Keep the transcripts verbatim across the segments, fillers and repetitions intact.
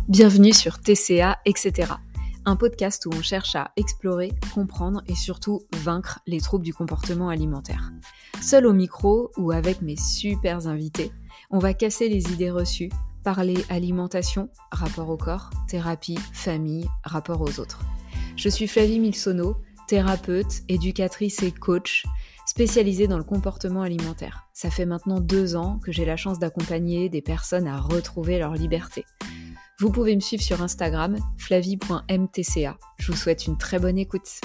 Bienvenue sur T C A, et cetera. Un podcast où on cherche à explorer, comprendre et surtout vaincre les troubles du comportement alimentaire. Seul au micro ou avec mes super invités, on va casser les idées reçues, parler alimentation, rapport au corps, thérapie, famille, rapport aux autres. Je suis Flavie Milsono, thérapeute, éducatrice et coach, spécialisée dans le comportement alimentaire. Ça fait maintenant deux ans que j'ai la chance d'accompagner des personnes à retrouver leur liberté. Vous pouvez me suivre sur Instagram, flavie point m t c a. Je vous souhaite une très bonne écoute.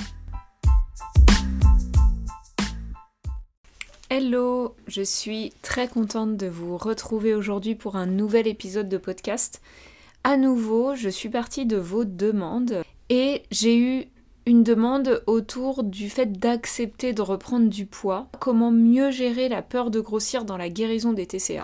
Hello, je suis très contente de vous retrouver aujourd'hui pour un nouvel épisode de podcast. À nouveau, je suis partie de vos demandes et j'ai eu une demande autour du fait d'accepter de reprendre du poids. Comment mieux gérer la peur de grossir dans la guérison des T C A ?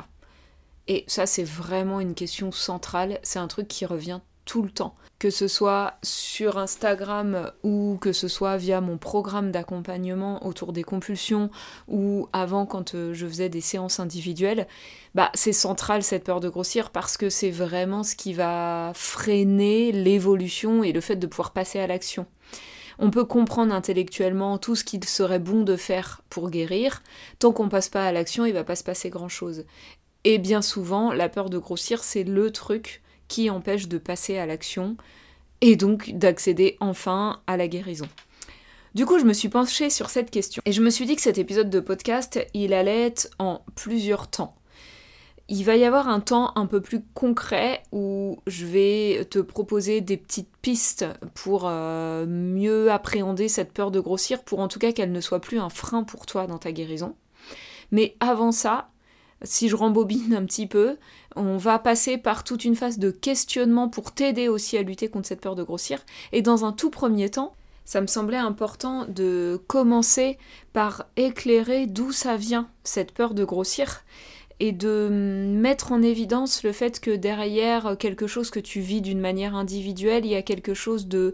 Et ça, c'est vraiment une question centrale, c'est un truc qui revient tout le temps. Que ce soit sur Instagram ou que ce soit via mon programme d'accompagnement autour des compulsions ou avant quand je faisais des séances individuelles, bah c'est central cette peur de grossir parce que c'est vraiment ce qui va freiner l'évolution et le fait de pouvoir passer à l'action. On peut comprendre intellectuellement tout ce qu'il serait bon de faire pour guérir, tant qu'on passe pas à l'action, il va pas se passer grand-chose. Et bien souvent, la peur de grossir, c'est le truc qui empêche de passer à l'action et donc d'accéder enfin à la guérison. Du coup, je me suis penchée sur cette question et je me suis dit que cet épisode de podcast, il allait être en plusieurs temps. Il va y avoir un temps un peu plus concret où je vais te proposer des petites pistes pour euh, mieux appréhender cette peur de grossir, pour en tout cas qu'elle ne soit plus un frein pour toi dans ta guérison. Mais avant ça, si je rembobine un petit peu, on va passer par toute une phase de questionnement pour t'aider aussi à lutter contre cette peur de grossir. Et dans un tout premier temps, ça me semblait important de commencer par éclairer d'où ça vient, cette peur de grossir, et de mettre en évidence le fait que derrière quelque chose que tu vis d'une manière individuelle, il y a quelque chose de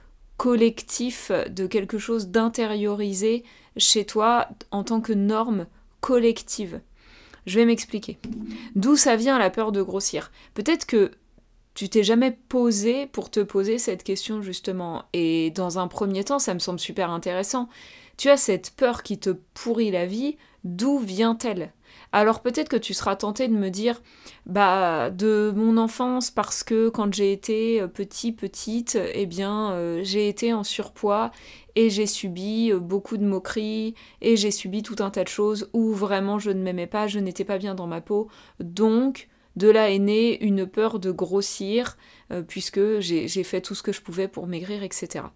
collectif, de quelque chose d'intériorisé chez toi en tant que norme collective. Je vais m'expliquer. D'où ça vient la peur de grossir ? Peut-être que tu t'es jamais posé pour te poser cette question justement. Et dans un premier temps, ça me semble super intéressant. Tu as cette peur qui te pourrit la vie, d'où vient-elle ? Alors peut-être que tu seras tenté de me dire bah de mon enfance parce que quand j'ai été petit petite, eh bien euh, j'ai été en surpoids et j'ai subi beaucoup de moqueries et j'ai subi tout un tas de choses où vraiment je ne m'aimais pas, je n'étais pas bien dans ma peau. Donc de là est née une peur de grossir euh, puisque j'ai, j'ai fait tout ce que je pouvais pour maigrir, et cetera.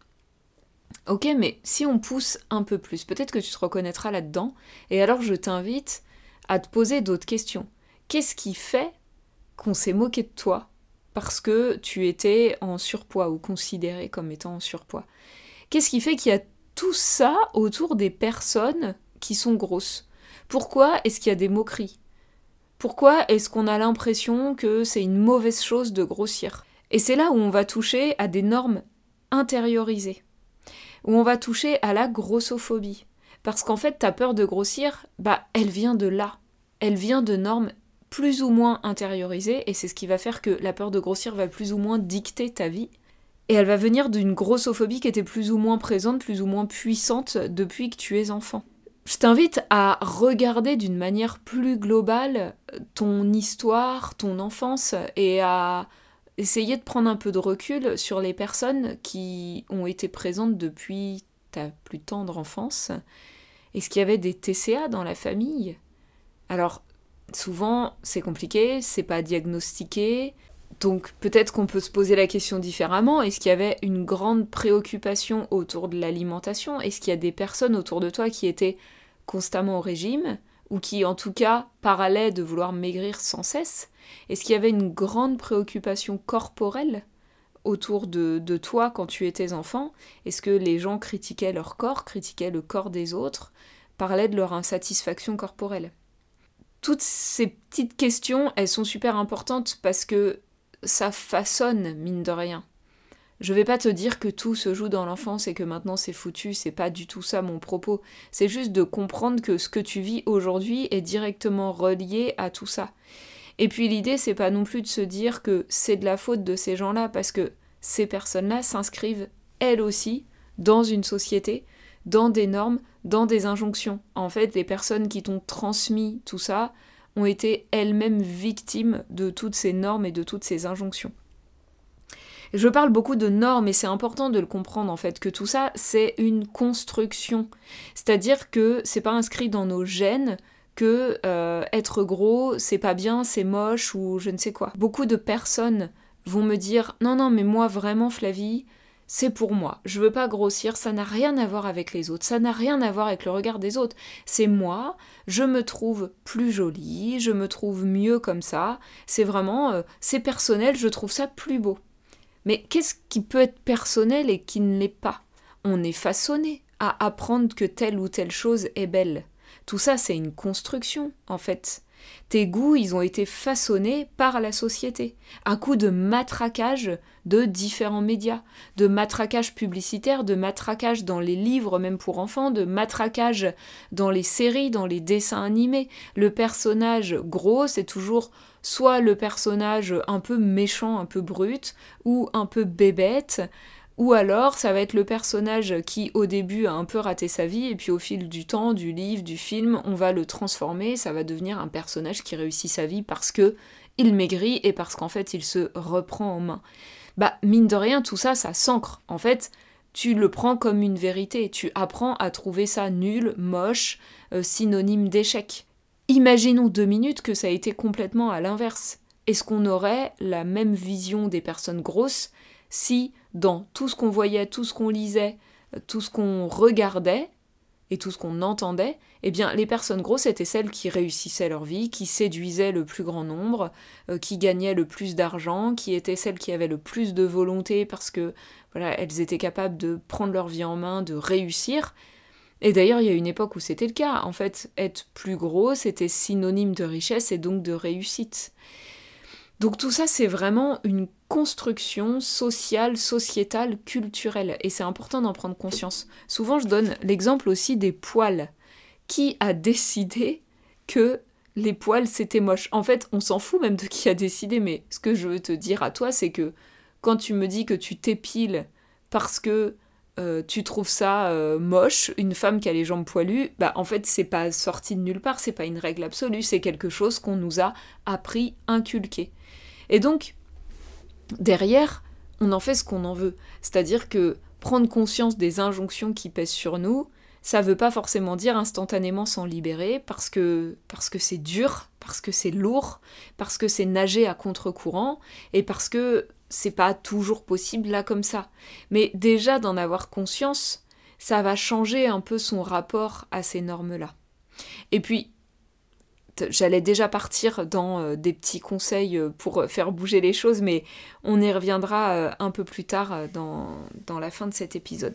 Ok, mais si on pousse un peu plus, peut-être que tu te reconnaîtras là-dedans et alors je t'invite à te poser d'autres questions. Qu'est-ce qui fait qu'on s'est moqué de toi parce que tu étais en surpoids ou considéré comme étant en surpoids ? Qu'est-ce qui fait qu'il y a tout ça autour des personnes qui sont grosses ? Pourquoi est-ce qu'il y a des moqueries ? Pourquoi est-ce qu'on a l'impression que c'est une mauvaise chose de grossir ? Et c'est là où on va toucher à des normes intériorisées, où on va toucher à la grossophobie. Parce qu'en fait, ta peur de grossir, bah, elle vient de là. Elle vient de normes plus ou moins intériorisées, et c'est ce qui va faire que la peur de grossir va plus ou moins dicter ta vie. Et elle va venir d'une grossophobie qui était plus ou moins présente, plus ou moins puissante depuis que tu es enfant. Je t'invite à regarder d'une manière plus globale ton histoire, ton enfance, et à essayer de prendre un peu de recul sur les personnes qui ont été présentes depuis ta plus tendre enfance. Est-ce qu'il y avait des T C A dans la famille ? Alors, souvent, c'est compliqué, c'est pas diagnostiqué, donc peut-être qu'on peut se poser la question différemment. Est-ce qu'il y avait une grande préoccupation autour de l'alimentation ? Est-ce qu'il y a des personnes autour de toi qui étaient constamment au régime, ou qui, en tout cas, parlaient de vouloir maigrir sans cesse ? Est-ce qu'il y avait une grande préoccupation corporelle autour de, de toi quand tu étais enfant ? Est-ce que les gens critiquaient leur corps, critiquaient le corps des autres, parlaient de leur insatisfaction corporelle ? Toutes ces petites questions, elles sont super importantes parce que ça façonne, mine de rien. Je vais pas te dire que tout se joue dans l'enfance et que maintenant c'est foutu, c'est pas du tout ça mon propos. C'est juste de comprendre que ce que tu vis aujourd'hui est directement relié à tout ça. Et puis l'idée, c'est pas non plus de se dire que c'est de la faute de ces gens-là, parce que ces personnes-là s'inscrivent, elles aussi, dans une société, dans des normes, dans des injonctions. En fait, les personnes qui t'ont transmis tout ça ont été elles-mêmes victimes de toutes ces normes et de toutes ces injonctions. Je parle beaucoup de normes et c'est important de le comprendre en fait, que tout ça c'est une construction. C'est-à-dire que c'est pas inscrit dans nos gènes que euh, être gros c'est pas bien, c'est moche ou je ne sais quoi. Beaucoup de personnes vont me dire non non mais moi vraiment Flavie, c'est pour moi, je veux pas grossir, ça n'a rien à voir avec les autres, ça n'a rien à voir avec le regard des autres, c'est moi, je me trouve plus jolie, je me trouve mieux comme ça, c'est vraiment, euh, c'est personnel, je trouve ça plus beau. Mais qu'est-ce qui peut être personnel et qui ne l'est pas ? On est façonné à apprendre que telle ou telle chose est belle. Tout ça, c'est une construction, en fait. Tes goûts, ils ont été façonnés par la société, à coup de matraquage de différents médias, de matraquage publicitaire, de matraquage dans les livres, même pour enfants, de matraquage dans les séries, dans les dessins animés. Le personnage gros, c'est toujours soit le personnage un peu méchant, un peu brut, ou un peu bébête, ou alors ça va être le personnage qui au début a un peu raté sa vie, et puis au fil du temps, du livre, du film, on va le transformer, ça va devenir un personnage qui réussit sa vie parce que il maigrit et parce qu'en fait il se reprend en main. Bah mine de rien, tout ça, ça s'ancre. En fait, tu le prends comme une vérité, tu apprends à trouver ça nul, moche, euh, synonyme d'échec. Imaginons deux minutes que ça a été complètement à l'inverse. Est-ce qu'on aurait la même vision des personnes grosses si, dans tout ce qu'on voyait, tout ce qu'on lisait, tout ce qu'on regardait et tout ce qu'on entendait, eh bien, les personnes grosses étaient celles qui réussissaient leur vie, qui séduisaient le plus grand nombre, euh, qui gagnaient le plus d'argent, qui étaient celles qui avaient le plus de volonté parce que, voilà, elles étaient capables de prendre leur vie en main, de réussir. Et d'ailleurs, il y a une époque où c'était le cas. En fait, être plus gros, c'était synonyme de richesse et donc de réussite. Donc tout ça, c'est vraiment une construction sociale, sociétale, culturelle. Et c'est important d'en prendre conscience. Souvent, je donne l'exemple aussi des poils. Qui a décidé que les poils, c'était moche ? En fait, on s'en fout même de qui a décidé, mais ce que je veux te dire à toi, c'est que quand tu me dis que tu t'épiles parce que Euh, tu trouves ça euh, moche, une femme qui a les jambes poilues, bah en fait c'est pas sorti de nulle part, c'est pas une règle absolue, c'est quelque chose qu'on nous a appris, inculqué. Et donc, derrière, on en fait ce qu'on en veut. C'est-à-dire que prendre conscience des injonctions qui pèsent sur nous, ça veut pas forcément dire instantanément s'en libérer, parce que parce que c'est dur, parce que c'est lourd, parce que c'est nager à contre-courant, et parce que c'est pas toujours possible là comme ça. Mais déjà d'en avoir conscience, ça va changer un peu son rapport à ces normes-là. Et puis, j'allais déjà partir dans euh, des petits conseils pour faire bouger les choses, mais on y reviendra euh, un peu plus tard euh, dans, dans la fin de cet épisode.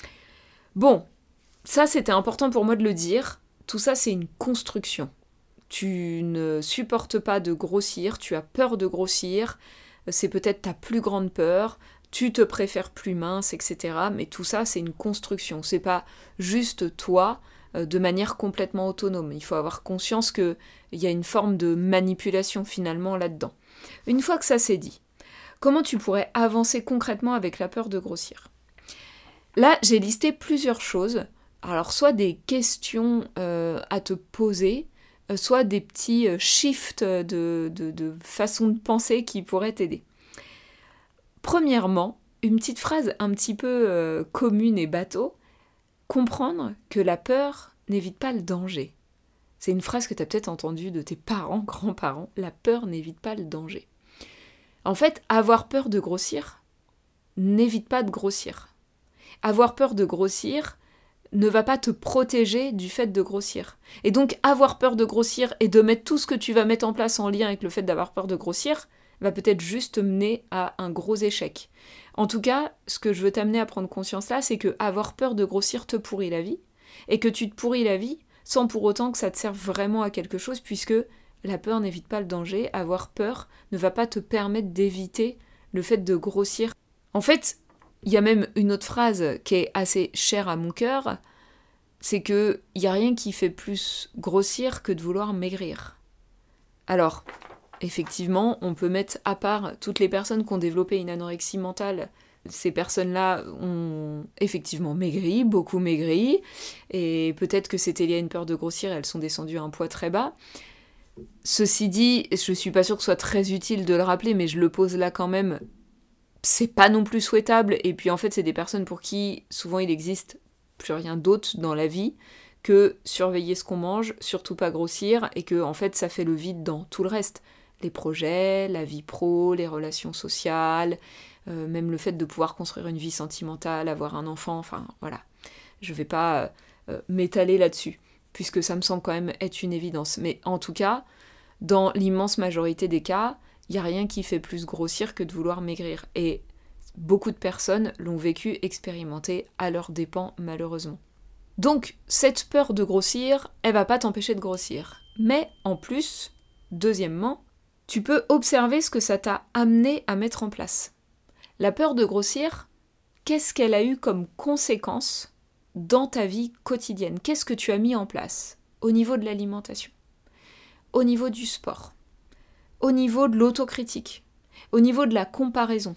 Bon, ça c'était important pour moi de le dire, tout ça c'est une construction. Tu ne supportes pas de grossir, tu as peur de grossir, c'est peut-être ta plus grande peur, tu te préfères plus mince, et cetera. Mais tout ça, c'est une construction. C'est pas juste toi, euh, de manière complètement autonome. Il faut avoir conscience qu'il y a une forme de manipulation finalement là-dedans. Une fois que ça c'est dit, comment tu pourrais avancer concrètement avec la peur de grossir ? Là, j'ai listé plusieurs choses. Alors, soit des questions euh, à te poser, soit des petits shifts de, de, de façon de penser qui pourraient t'aider. Premièrement, une petite phrase un petit peu euh, commune et bateau, comprendre que la peur n'évite pas le danger. C'est une phrase que tu as peut-être entendue de tes parents, grands-parents, la peur n'évite pas le danger. En fait, avoir peur de grossir n'évite pas de grossir. Avoir peur de grossir ne va pas te protéger du fait de grossir. Et donc, avoir peur de grossir et de mettre tout ce que tu vas mettre en place en lien avec le fait d'avoir peur de grossir va peut-être juste te mener à un gros échec. En tout cas, ce que je veux t'amener à prendre conscience là, c'est que avoir peur de grossir te pourrit la vie, et que tu te pourris la vie sans pour autant que ça te serve vraiment à quelque chose, puisque la peur n'évite pas le danger. Avoir peur ne va pas te permettre d'éviter le fait de grossir. En fait, il y a même une autre phrase qui est assez chère à mon cœur, c'est que il n'y a rien qui fait plus grossir que de vouloir maigrir. Alors, effectivement, on peut mettre à part toutes les personnes qui ont développé une anorexie mentale. Ces personnes-là ont effectivement maigri, beaucoup maigri, et peut-être que c'était lié à une peur de grossir, elles sont descendues à un poids très bas. Ceci dit, je suis pas sûre que ce soit très utile de le rappeler, mais je le pose là quand même, c'est pas non plus souhaitable, et puis en fait c'est des personnes pour qui souvent il existe plus rien d'autre dans la vie que surveiller ce qu'on mange, surtout pas grossir, et que en fait ça fait le vide dans tout le reste. Les projets, la vie pro, les relations sociales, euh, même le fait de pouvoir construire une vie sentimentale, avoir un enfant, enfin voilà. Je vais pas euh, m'étaler là-dessus, puisque ça me semble quand même être une évidence. Mais en tout cas, dans l'immense majorité des cas, il n'y a rien qui fait plus grossir que de vouloir maigrir. Et beaucoup de personnes l'ont vécu, expérimenté à leurs dépens, malheureusement. Donc, cette peur de grossir, elle va pas t'empêcher de grossir. Mais en plus, deuxièmement, tu peux observer ce que ça t'a amené à mettre en place. La peur de grossir, qu'est-ce qu'elle a eu comme conséquence dans ta vie quotidienne? Qu'est-ce que tu as mis en place au niveau de l'alimentation, au niveau du sport, au niveau de l'autocritique, au niveau de la comparaison?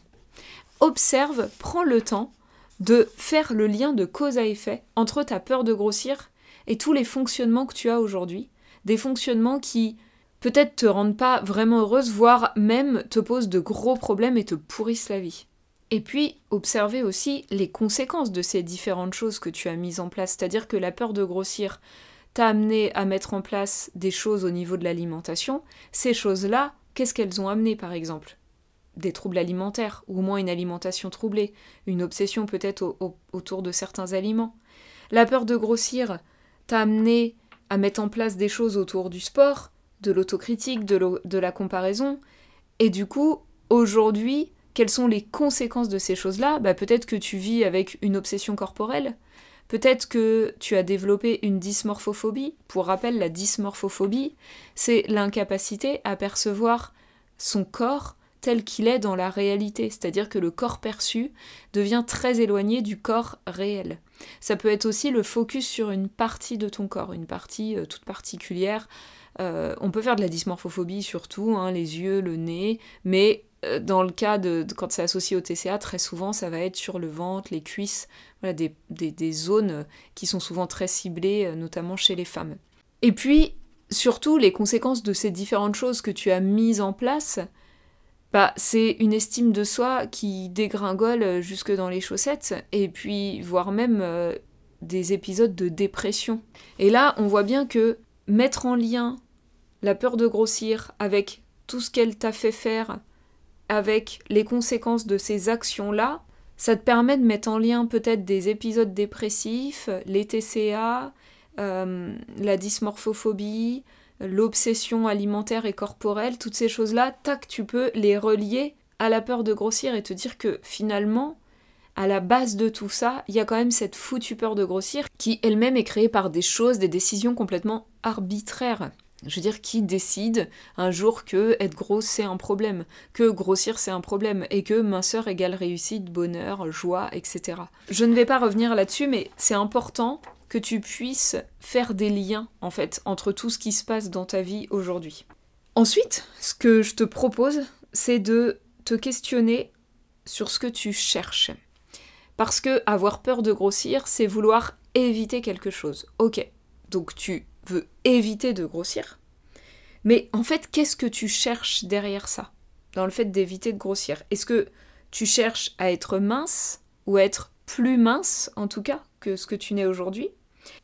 Observe, prends le temps de faire le lien de cause à effet entre ta peur de grossir et tous les fonctionnements que tu as aujourd'hui, des fonctionnements qui peut-être te rendent pas vraiment heureuse, voire même te posent de gros problèmes et te pourrissent la vie. Et puis, observer aussi les conséquences de ces différentes choses que tu as mises en place, c'est-à-dire que la peur de grossir t'a amené à mettre en place des choses au niveau de l'alimentation. Ces choses-là, qu'est-ce qu'elles ont amené par exemple ? Des troubles alimentaires, ou au moins une alimentation troublée, une obsession peut-être au, au, autour de certains aliments. La peur de grossir t'a amené à mettre en place des choses autour du sport, de l'autocritique, de, l'o- de la comparaison, et du coup, aujourd'hui, quelles sont les conséquences de ces choses-là ? Bah, peut-être que tu vis avec une obsession corporelle, peut-être que tu as développé une dysmorphophobie. Pour rappel, la dysmorphophobie, c'est l'incapacité à percevoir son corps tel qu'il est dans la réalité, c'est-à-dire que le corps perçu devient très éloigné du corps réel. Ça peut être aussi le focus sur une partie de ton corps, une partie euh, toute particulière. Euh, on peut faire de la dysmorphophobie surtout, hein, les yeux, le nez, mais euh, dans le cas de, de quand c'est associé au T C A, très souvent ça va être sur le ventre, les cuisses, voilà, des, des, des zones qui sont souvent très ciblées, euh, notamment chez les femmes. Et puis, surtout, les conséquences de ces différentes choses que tu as mises en place, bah, c'est une estime de soi qui dégringole jusque dans les chaussettes, et puis voire même euh, des épisodes de dépression. Et là, on voit bien que mettre en lien la peur de grossir avec tout ce qu'elle t'a fait faire, avec les conséquences de ces actions-là, ça te permet de mettre en lien peut-être des épisodes dépressifs, les T C A, euh, la dysmorphophobie, l'obsession alimentaire et corporelle, toutes ces choses-là, tac, tu peux les relier à la peur de grossir et te dire que finalement, à la base de tout ça, il y a quand même cette foutue peur de grossir qui elle-même est créée par des choses, des décisions complètement arbitraires. Je veux dire, qui décide un jour que être grosse c'est un problème, que grossir c'est un problème, et que minceur égale réussite, bonheur, joie, et cetera. Je ne vais pas revenir là-dessus, mais c'est important que tu puisses faire des liens, en fait, entre tout ce qui se passe dans ta vie aujourd'hui. Ensuite, ce que je te propose, c'est de te questionner sur ce que tu cherches. Parce que avoir peur de grossir, c'est vouloir éviter quelque chose. Ok, donc tu veux éviter de grossir, mais en fait, qu'est-ce que tu cherches derrière ça, dans le fait d'éviter de grossir ? Est-ce que tu cherches à être mince, ou à être plus mince, en tout cas, que ce que tu n'es aujourd'hui ? Pourquoi ?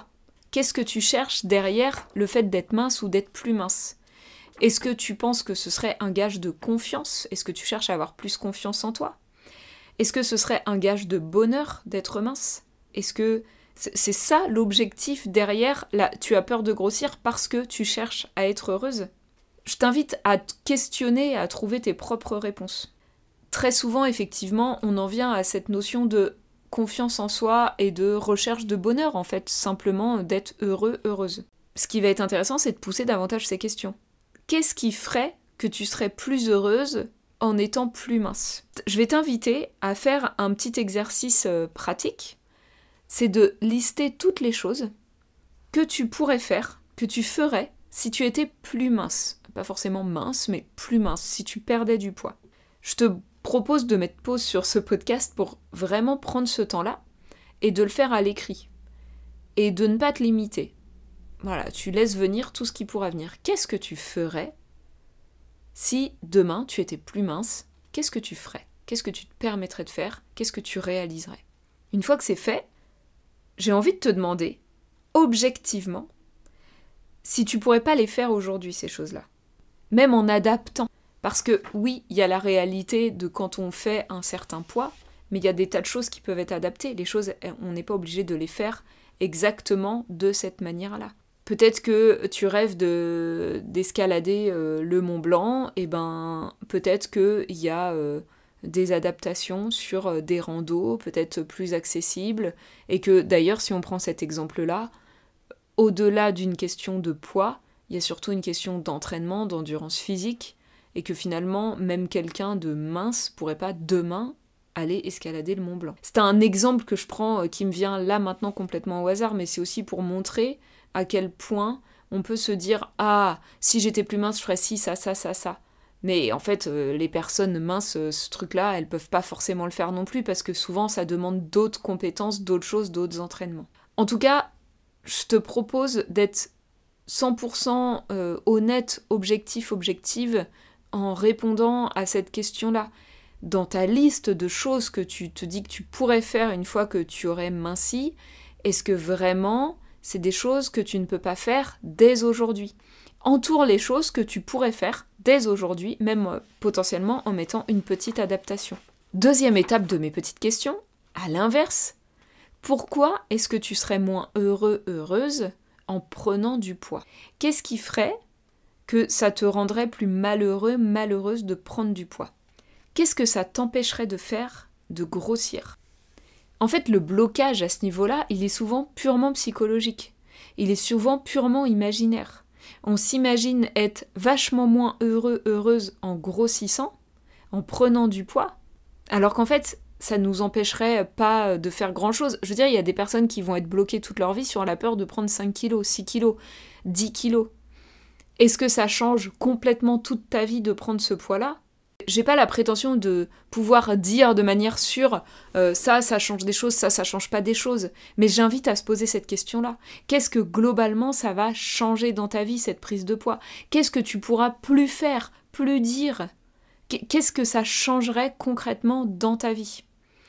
Qu'est-ce que tu cherches derrière le fait d'être mince ou d'être plus mince ? Est-ce que tu penses que ce serait un gage de confiance ? Est-ce que tu cherches à avoir plus confiance en toi ? Est-ce que ce serait un gage de bonheur d'être mince ? Est-ce que c'est ça l'objectif derrière là, tu as peur de grossir parce que tu cherches à être heureuse ? Je t'invite à te questionner, à trouver tes propres réponses. Très souvent, effectivement, on en vient à cette notion de confiance en soi et de recherche de bonheur, en fait, simplement d'être heureux, heureuse. Ce qui va être intéressant, c'est de pousser davantage ces questions. Qu'est-ce qui ferait que tu serais plus heureuse en étant plus mince ? Je vais t'inviter à faire un petit exercice pratique, c'est de lister toutes les choses que tu pourrais faire, que tu ferais si tu étais plus mince, pas forcément mince, mais plus mince, si tu perdais du poids. Je te propose de mettre pause sur ce podcast pour vraiment prendre ce temps-là et de le faire à l'écrit. Et de ne pas te limiter. Voilà, tu laisses venir tout ce qui pourra venir. Qu'est-ce que tu ferais si demain tu étais plus mince? Qu'est-ce que tu ferais? Qu'est-ce que tu te permettrais de faire? Qu'est-ce que tu réaliserais? Une fois que c'est fait, j'ai envie de te demander, objectivement, si tu pourrais pas les faire aujourd'hui, ces choses-là. Même en adaptant. Parce que oui, il y a la réalité de quand on fait un certain poids, mais il y a des tas de choses qui peuvent être adaptées. Les choses, on n'est pas obligé de les faire exactement de cette manière-là. Peut-être que tu rêves de, d'escalader euh, le Mont Blanc, et ben peut-être qu'il y a euh, des adaptations sur euh, des randos, peut-être plus accessibles, et que d'ailleurs, si on prend cet exemple-là, au-delà d'une question de poids, il y a surtout une question d'entraînement, d'endurance physique, et que finalement, même quelqu'un de mince pourrait pas demain aller escalader le Mont Blanc. C'est un exemple que je prends, euh, qui me vient là maintenant complètement au hasard, mais c'est aussi pour montrer à quel point on peut se dire « Ah, si j'étais plus mince, je ferais ci, ça, ça, ça, ça ». Mais en fait, euh, les personnes minces, euh, ce truc-là, elles peuvent pas forcément le faire non plus, parce que souvent, ça demande d'autres compétences, d'autres choses, d'autres entraînements. En tout cas, je te propose d'être cent pour cent euh, honnête, objectif, objective, en répondant à cette question-là. Dans ta liste de choses que tu te dis que tu pourrais faire une fois que tu aurais minci, est-ce que vraiment c'est des choses que tu ne peux pas faire dès aujourd'hui? Entoure les choses que tu pourrais faire dès aujourd'hui, même euh, potentiellement en mettant une petite adaptation. Deuxième étape de mes petites questions, à l'inverse, pourquoi est-ce que tu serais moins heureux, heureuse en prenant du poids? Qu'est-ce qui ferait que ça te rendrait plus malheureux, malheureuse de prendre du poids? Qu'est-ce que ça t'empêcherait de faire, de grossir? En fait, le blocage à ce niveau-là, il est souvent purement psychologique. Il est souvent purement imaginaire. On s'imagine être vachement moins heureux, heureuse en grossissant, en prenant du poids, alors qu'en fait, ça ne nous empêcherait pas de faire grand-chose. Je veux dire, il y a des personnes qui vont être bloquées toute leur vie sur la peur de prendre cinq kilos, six kilos, dix kilos. Est-ce que ça change complètement toute ta vie de prendre ce poids-là? J'ai pas la prétention de pouvoir dire de manière sûre euh, ça, ça change des choses, ça, ça change pas des choses. Mais j'invite à se poser cette question-là. Qu'est-ce que globalement ça va changer dans ta vie, cette prise de poids? Qu'est-ce que tu pourras plus faire, plus dire? Qu'est-ce que ça changerait concrètement dans ta vie?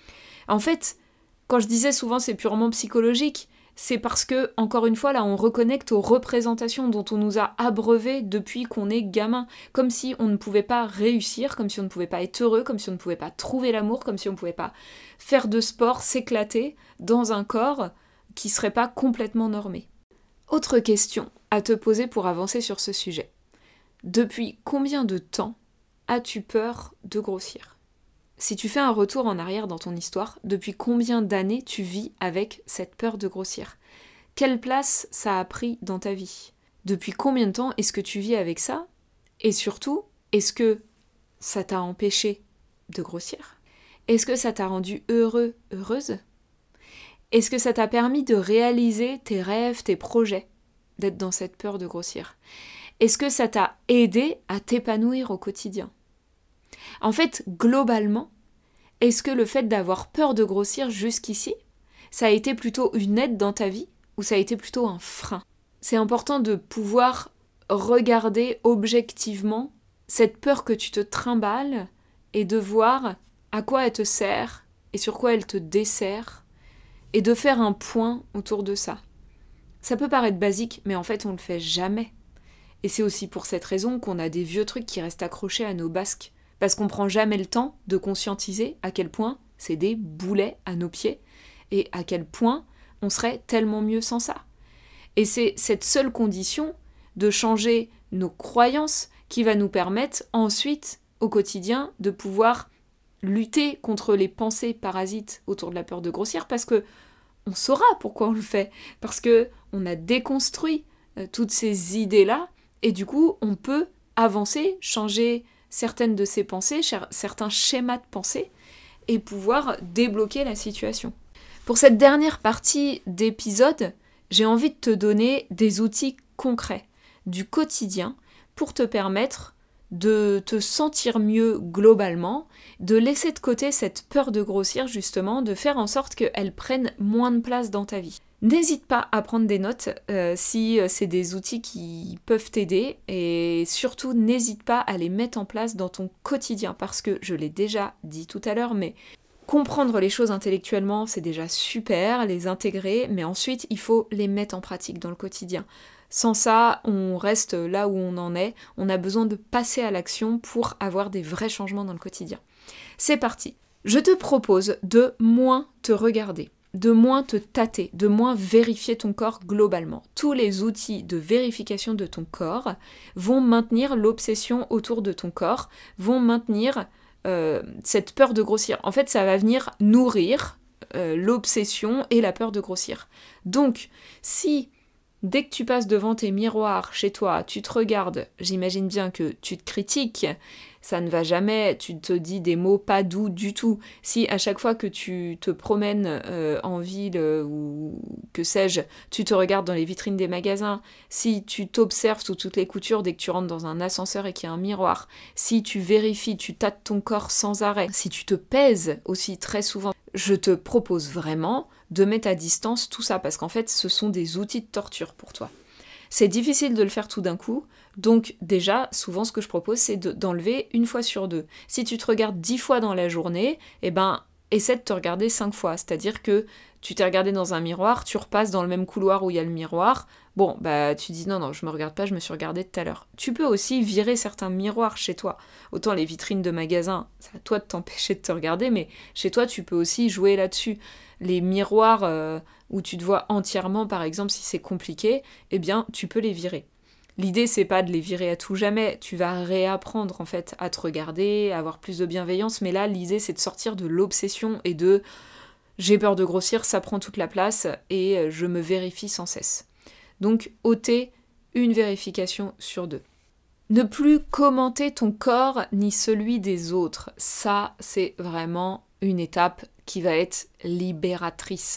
En fait, quand je disais souvent c'est purement psychologique, c'est parce que, encore une fois, là, on reconnecte aux représentations dont on nous a abreuvés depuis qu'on est gamin. Comme si on ne pouvait pas réussir, comme si on ne pouvait pas être heureux, comme si on ne pouvait pas trouver l'amour, comme si on ne pouvait pas faire de sport, s'éclater dans un corps qui serait pas complètement normé. Autre question à te poser pour avancer sur ce sujet. Depuis combien de temps as-tu peur de grossir ? Si tu fais un retour en arrière dans ton histoire, depuis combien d'années tu vis avec cette peur de grossir? Quelle place ça a pris dans ta vie? Depuis combien de temps est-ce que tu vis avec ça? Et surtout, est-ce que ça t'a empêché de grossir? Est-ce que ça t'a rendu heureux, heureuse? Est-ce que ça t'a permis de réaliser tes rêves, tes projets, d'être dans cette peur de grossir? Est-ce que ça t'a aidé à t'épanouir au quotidien? En fait, globalement, est-ce que le fait d'avoir peur de grossir jusqu'ici, ça a été plutôt une aide dans ta vie ou ça a été plutôt un frein? C'est important de pouvoir regarder objectivement cette peur que tu te trimbales et de voir à quoi elle te sert et sur quoi elle te dessert et de faire un point autour de ça. Ça peut paraître basique, mais en fait on le fait jamais. Et c'est aussi pour cette raison qu'on a des vieux trucs qui restent accrochés à nos basques. Parce qu'on prend jamais le temps de conscientiser à quel point c'est des boulets à nos pieds et à quel point on serait tellement mieux sans ça. Et c'est cette seule condition de changer nos croyances qui va nous permettre ensuite, au quotidien, de pouvoir lutter contre les pensées parasites autour de la peur de grossir parce que on saura pourquoi on le fait. Parce que on a déconstruit euh, toutes ces idées-là et du coup, on peut avancer, changer certaines de ces pensées, certains schémas de pensée, et pouvoir débloquer la situation. Pour cette dernière partie d'épisode, j'ai envie de te donner des outils concrets, du quotidien pour te permettre de te sentir mieux globalement, de laisser de côté cette peur de grossir justement, de faire en sorte qu'elle prenne moins de place dans ta vie. N'hésite pas à prendre des notes euh, si c'est des outils qui peuvent t'aider et surtout n'hésite pas à les mettre en place dans ton quotidien parce que je l'ai déjà dit tout à l'heure, mais comprendre les choses intellectuellement c'est déjà super, les intégrer, mais ensuite il faut les mettre en pratique dans le quotidien. Sans ça, on reste là où on en est, on a besoin de passer à l'action pour avoir des vrais changements dans le quotidien. C'est parti. Je te propose de moins te regarder, de moins te tâter, de moins vérifier ton corps globalement. Tous les outils de vérification de ton corps vont maintenir l'obsession autour de ton corps, vont maintenir euh, cette peur de grossir. En fait, ça va venir nourrir euh, l'obsession et la peur de grossir. Donc, si dès que tu passes devant tes miroirs chez toi, tu te regardes, j'imagine bien que tu te critiques, ça ne va jamais, tu te dis des mots pas doux du tout. Si à chaque fois que tu te promènes euh, en ville euh, ou que sais-je, tu te regardes dans les vitrines des magasins, si tu t'observes sous toutes les coutures dès que tu rentres dans un ascenseur et qu'il y a un miroir, si tu vérifies, tu tâtes ton corps sans arrêt, si tu te pèses aussi très souvent, je te propose vraiment de mettre à distance tout ça parce qu'en fait ce sont des outils de torture pour toi. C'est difficile de le faire tout d'un coup, donc déjà, souvent ce que je propose c'est de, d'enlever une fois sur deux. Si tu te regardes dix fois dans la journée, eh ben, essaie de te regarder cinq fois, c'est-à-dire que tu t'es regardé dans un miroir, tu repasses dans le même couloir où il y a le miroir, bon, bah tu dis non, non, je me regarde pas, je me suis regardé tout à l'heure. Tu peux aussi virer certains miroirs chez toi. Autant les vitrines de magasins, c'est à toi de t'empêcher de te regarder, mais chez toi tu peux aussi jouer là-dessus. Les miroirs euh, où tu te vois entièrement, par exemple, si c'est compliqué, eh bien, tu peux les virer. L'idée, c'est pas de les virer à tout jamais, tu vas réapprendre, en fait, à te regarder, à avoir plus de bienveillance, mais là, l'idée, c'est de sortir de l'obsession et de « j'ai peur de grossir, ça prend toute la place et je me vérifie sans cesse ». Donc, ôter une vérification sur deux. Ne plus commenter ton corps ni celui des autres, ça, c'est vraiment une étape qui va être libératrice.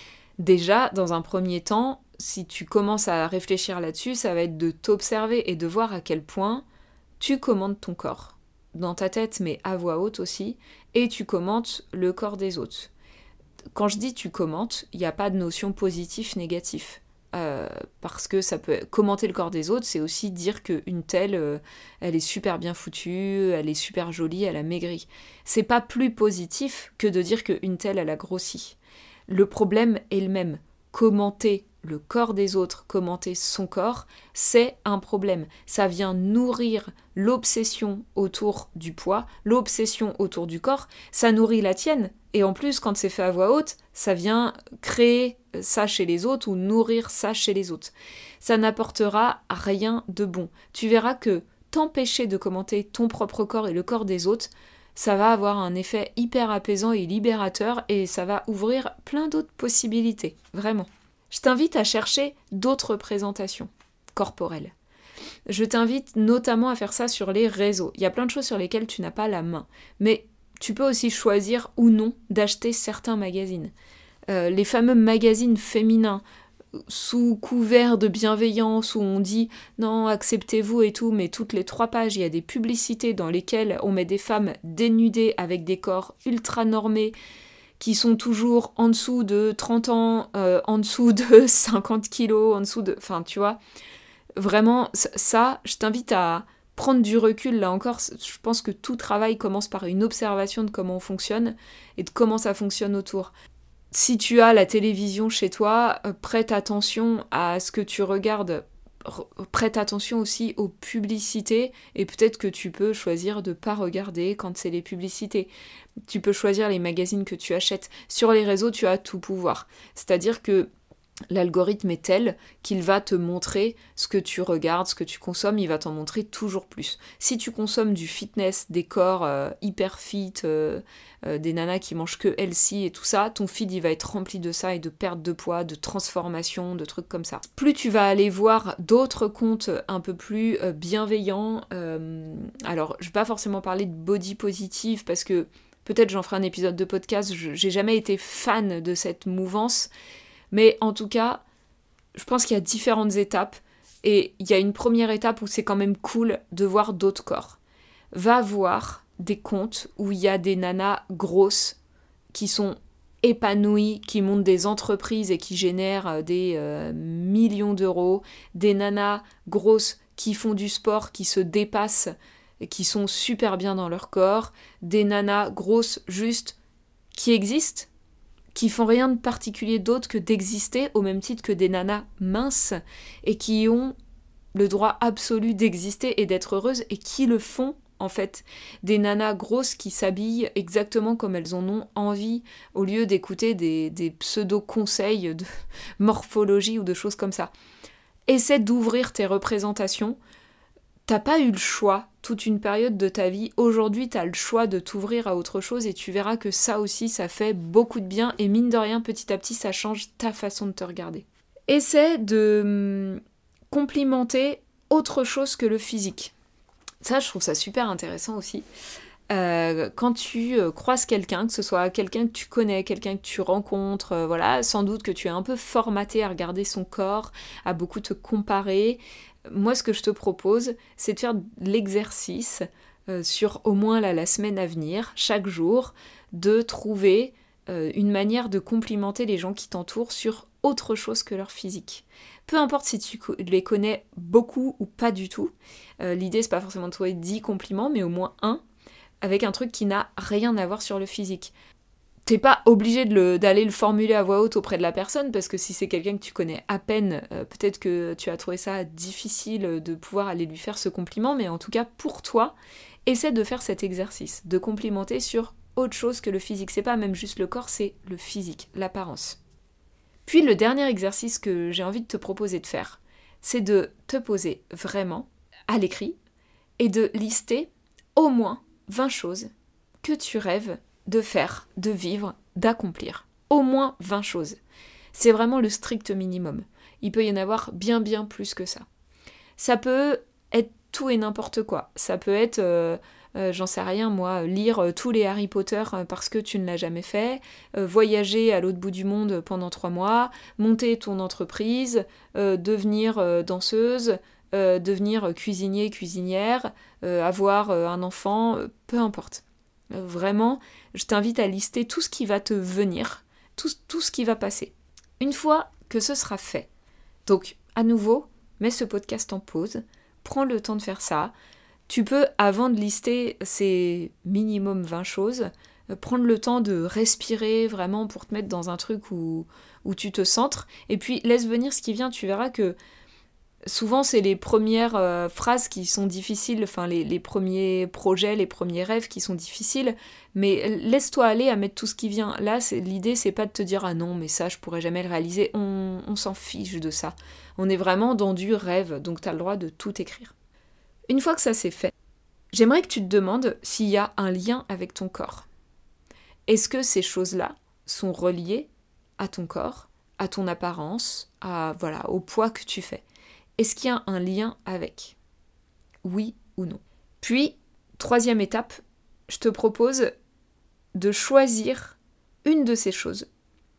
Déjà, dans un premier temps, si tu commences à réfléchir là-dessus, ça va être de t'observer et de voir à quel point tu commandes ton corps. Dans ta tête, mais à voix haute aussi, et tu commentes le corps des autres. Quand je dis tu commentes, il n'y a pas de notion positif-négatif. Euh, parce que ça peut commenter le corps des autres, c'est aussi dire qu'une telle, euh, elle est super bien foutue, elle est super jolie, elle a maigri. C'est pas plus positif que de dire qu'une telle, elle a grossi. Le problème est le même. Commenter le corps des autres, commenter son corps, c'est un problème. Ça vient nourrir l'obsession autour du poids, l'obsession autour du corps, ça nourrit la tienne. Et en plus, quand c'est fait à voix haute, ça vient créer ça chez les autres ou nourrir ça chez les autres. Ça n'apportera rien de bon. Tu verras que t'empêcher de commenter ton propre corps et le corps des autres, ça va avoir un effet hyper apaisant et libérateur et ça va ouvrir plein d'autres possibilités, vraiment. Je t'invite à chercher d'autres représentations corporelles. Je t'invite notamment à faire ça sur les réseaux. Il y a plein de choses sur lesquelles tu n'as pas la main, mais tu peux aussi choisir ou non d'acheter certains magazines. Euh, les fameux magazines féminins, sous couvert de bienveillance, où on dit « non, acceptez-vous » et tout, mais toutes les trois pages, il y a des publicités dans lesquelles on met des femmes dénudées avec des corps ultra normés, qui sont toujours en dessous de trente ans, euh, en dessous de cinquante kilos, en dessous de... Enfin, tu vois, vraiment, ça, je t'invite à prendre du recul, là encore, je pense que tout travail commence par une observation de comment on fonctionne et de comment ça fonctionne autour. Si tu as la télévision chez toi, prête attention à ce que tu regardes, prête attention aussi aux publicités et peut-être que tu peux choisir de ne pas regarder quand c'est les publicités. Tu peux choisir les magazines que tu achètes. Sur les réseaux, tu as tout pouvoir. C'est-à-dire que l'algorithme est tel qu'il va te montrer ce que tu regardes, ce que tu consommes, il va t'en montrer toujours plus. Si tu consommes du fitness, des corps euh, hyper fit, euh, euh, des nanas qui mangent que healthy et tout ça, ton feed il va être rempli de ça et de perte de poids, de transformation, de trucs comme ça. Plus tu vas aller voir d'autres comptes un peu plus euh, bienveillants, euh, alors je vais pas forcément parler de body positive parce que peut-être j'en ferai un épisode de podcast, je, j'ai jamais été fan de cette mouvance. Mais en tout cas, je pense qu'il y a différentes étapes Et il y a une première étape où c'est quand même cool de voir d'autres corps. Va voir des comptes où il y a des nanas grosses qui sont épanouies, qui montent des entreprises et qui génèrent des euh, millions d'euros, des nanas grosses qui font du sport, qui se dépassent, qui sont super bien dans leur corps, des nanas grosses juste qui existent, qui font rien de particulier d'autre que d'exister au même titre que des nanas minces et qui ont le droit absolu d'exister et d'être heureuses et qui le font en fait. Des nanas grosses qui s'habillent exactement comme elles en ont envie au lieu d'écouter des, des pseudo-conseils de morphologie ou de choses comme ça. Essaie d'ouvrir tes représentations. T'as pas eu le choix toute une période de ta vie. Aujourd'hui, t'as le choix de t'ouvrir à autre chose et tu verras que ça aussi, ça fait beaucoup de bien et mine de rien, petit à petit, ça change ta façon de te regarder. Essaie de hum, complimenter autre chose que le physique. Ça, je trouve ça super intéressant aussi. Euh, quand tu euh, croises quelqu'un, que ce soit quelqu'un que tu connais, quelqu'un que tu rencontres, euh, voilà, sans doute que tu es un peu formaté à regarder son corps, à beaucoup te comparer. Moi, ce que je te propose, c'est de faire l'exercice euh, sur au moins là, la semaine à venir, chaque jour, de trouver euh, une manière de complimenter les gens qui t'entourent sur autre chose que leur physique. Peu importe si tu les connais beaucoup ou pas du tout, euh, l'idée c'est pas forcément de trouver dix compliments, mais au moins un, avec un truc qui n'a rien à voir sur le physique. T'es pas obligé de le, d'aller le formuler à voix haute auprès de la personne, parce que si c'est quelqu'un que tu connais à peine, euh, peut-être que tu as trouvé ça difficile de pouvoir aller lui faire ce compliment, mais en tout cas, pour toi, essaie de faire cet exercice, de complimenter sur autre chose que le physique. C'est pas même juste le corps, c'est le physique, l'apparence. Puis le dernier exercice que j'ai envie de te proposer de faire, c'est de te poser vraiment à l'écrit et de lister au moins vingt choses que tu rêves de faire, de vivre, d'accomplir. Au moins vingt choses. C'est vraiment le strict minimum. Il peut y en avoir bien bien plus que ça. Ça peut être tout et n'importe quoi. Ça peut être, euh, euh, j'en sais rien moi, lire euh, tous les Harry Potter euh, parce que tu ne l'as jamais fait, euh, voyager à l'autre bout du monde pendant trois mois, monter ton entreprise, euh, devenir euh, danseuse, euh, devenir cuisinier, cuisinière, euh, avoir euh, un enfant, euh, peu importe. Vraiment, je t'invite à lister tout ce qui va te venir, tout, tout ce qui va passer. Une fois que ce sera fait, donc à nouveau, mets ce podcast en pause, prends le temps de faire ça. Tu peux, avant de lister ces minimum vingt choses, prendre le temps de respirer vraiment pour te mettre dans un truc où, où tu te centres, et puis laisse venir ce qui vient, tu verras que souvent, c'est les premières euh, phrases qui sont difficiles, enfin les, les premiers projets, les premiers rêves qui sont difficiles, mais laisse-toi aller à mettre tout ce qui vient. Là, c'est, l'idée, c'est pas de te dire « Ah non, mais ça, je pourrais jamais le réaliser », on, on s'en fiche de ça. On est vraiment dans du rêve, donc tu as le droit de tout écrire. Une fois que ça c'est fait, j'aimerais que tu te demandes s'il y a un lien avec ton corps. Est-ce que ces choses-là sont reliées à ton corps, à ton apparence, à, voilà, au poids que tu fais ? Est-ce qu'il y a un lien avec ? Oui ou non ? Puis, troisième étape, je te propose de choisir une de ces choses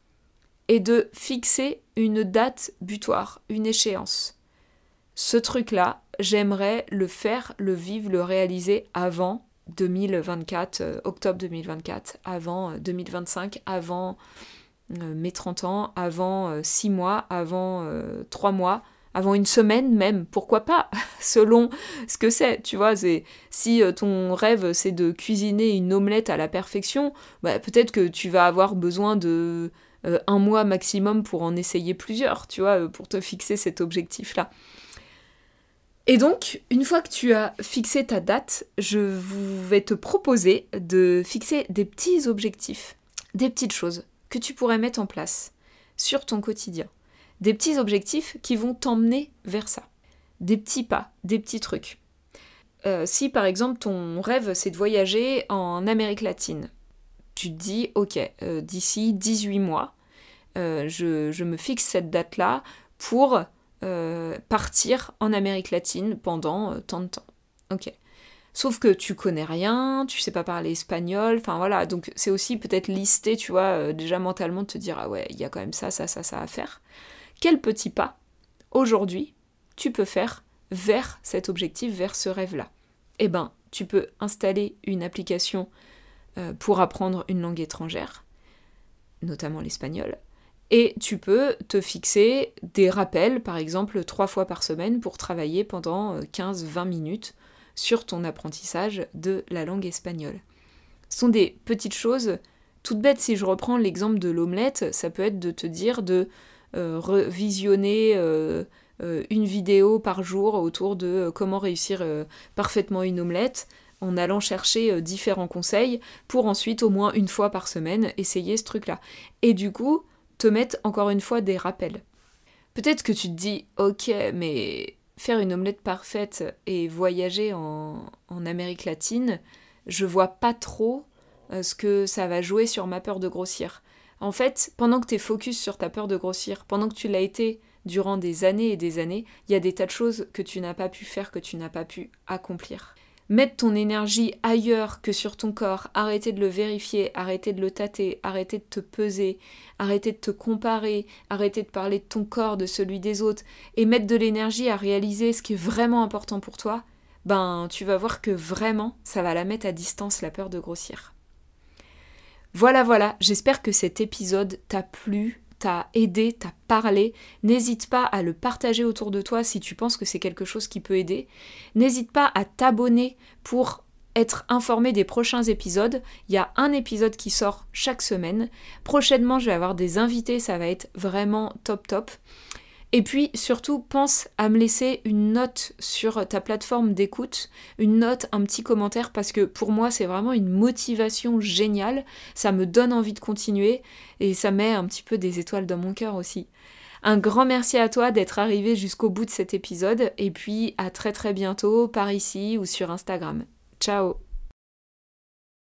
et de fixer une date butoir, une échéance. Ce truc-là, j'aimerais le faire, le vivre, le réaliser avant deux mille vingt-quatre, euh, octobre deux mille vingt-quatre, avant euh, deux mille vingt-cinq, avant euh, mes trente ans, avant euh, six mois, avant euh, trois mois, avant une semaine même, pourquoi pas, selon ce que c'est, tu vois, c'est, si ton rêve c'est de cuisiner une omelette à la perfection, bah, peut-être que tu vas avoir besoin de euh, un mois maximum pour en essayer plusieurs, tu vois, pour te fixer cet objectif-là. Et donc, une fois que tu as fixé ta date, je vais te proposer de fixer des petits objectifs, des petites choses que tu pourrais mettre en place sur ton quotidien. Des petits objectifs qui vont t'emmener vers ça. Des petits pas, des petits trucs. Euh, si par exemple ton rêve c'est de voyager en Amérique latine, tu te dis ok, euh, d'ici dix-huit mois, euh, je, je me fixe cette date-là pour euh, partir en Amérique latine pendant euh, tant de temps. Ok. Sauf que tu connais rien, tu sais pas parler espagnol, enfin voilà, donc c'est aussi peut-être lister, tu vois, euh, déjà mentalement de te dire ah ouais, il y a quand même ça, ça, ça, ça à faire. Quel petit pas, aujourd'hui, tu peux faire vers cet objectif, vers ce rêve-là? Eh ben, tu peux installer une application euh, pour apprendre une langue étrangère, notamment l'espagnol, et tu peux te fixer des rappels, par exemple trois fois par semaine, pour travailler pendant quinze à vingt minutes sur ton apprentissage de la langue espagnole. Ce sont des petites choses toutes bêtes. Si je reprends l'exemple de l'omelette, ça peut être de te dire de euh, revisionner euh, euh, une vidéo par jour autour de euh, comment réussir euh, parfaitement une omelette, en allant chercher euh, différents conseils pour ensuite, au moins une fois par semaine, essayer ce truc-là. Et du coup, te mettre encore une fois des rappels. Peut-être que tu te dis, ok, mais faire une omelette parfaite et voyager en, en Amérique latine, je vois pas trop euh, ce que ça va jouer sur ma peur de grossir. En fait, pendant que tu es focus sur ta peur de grossir, pendant que tu l'as été durant des années et des années, il y a des tas de choses que tu n'as pas pu faire, que tu n'as pas pu accomplir. Mettre ton énergie ailleurs que sur ton corps, arrêter de le vérifier, arrêter de le tâter, arrêter de te peser, arrêter de te comparer, arrêter de parler de ton corps, de celui des autres, et mettre de l'énergie à réaliser ce qui est vraiment important pour toi, ben tu vas voir que vraiment, ça va la mettre à distance, la peur de grossir. Voilà, voilà, j'espère que cet épisode t'a plu, t'a aidé, t'a parlé. N'hésite pas à le partager autour de toi si tu penses que c'est quelque chose qui peut aider. N'hésite pas à t'abonner pour être informé des prochains épisodes. Il y a un épisode qui sort chaque semaine. Prochainement, je vais avoir des invités, ça va être vraiment top top. Et puis surtout, pense à me laisser une note sur ta plateforme d'écoute, une note, un petit commentaire, parce que pour moi c'est vraiment une motivation géniale, ça me donne envie de continuer et ça met un petit peu des étoiles dans mon cœur aussi. Un grand merci à toi d'être arrivé jusqu'au bout de cet épisode et puis à très très bientôt par ici ou sur Instagram. Ciao!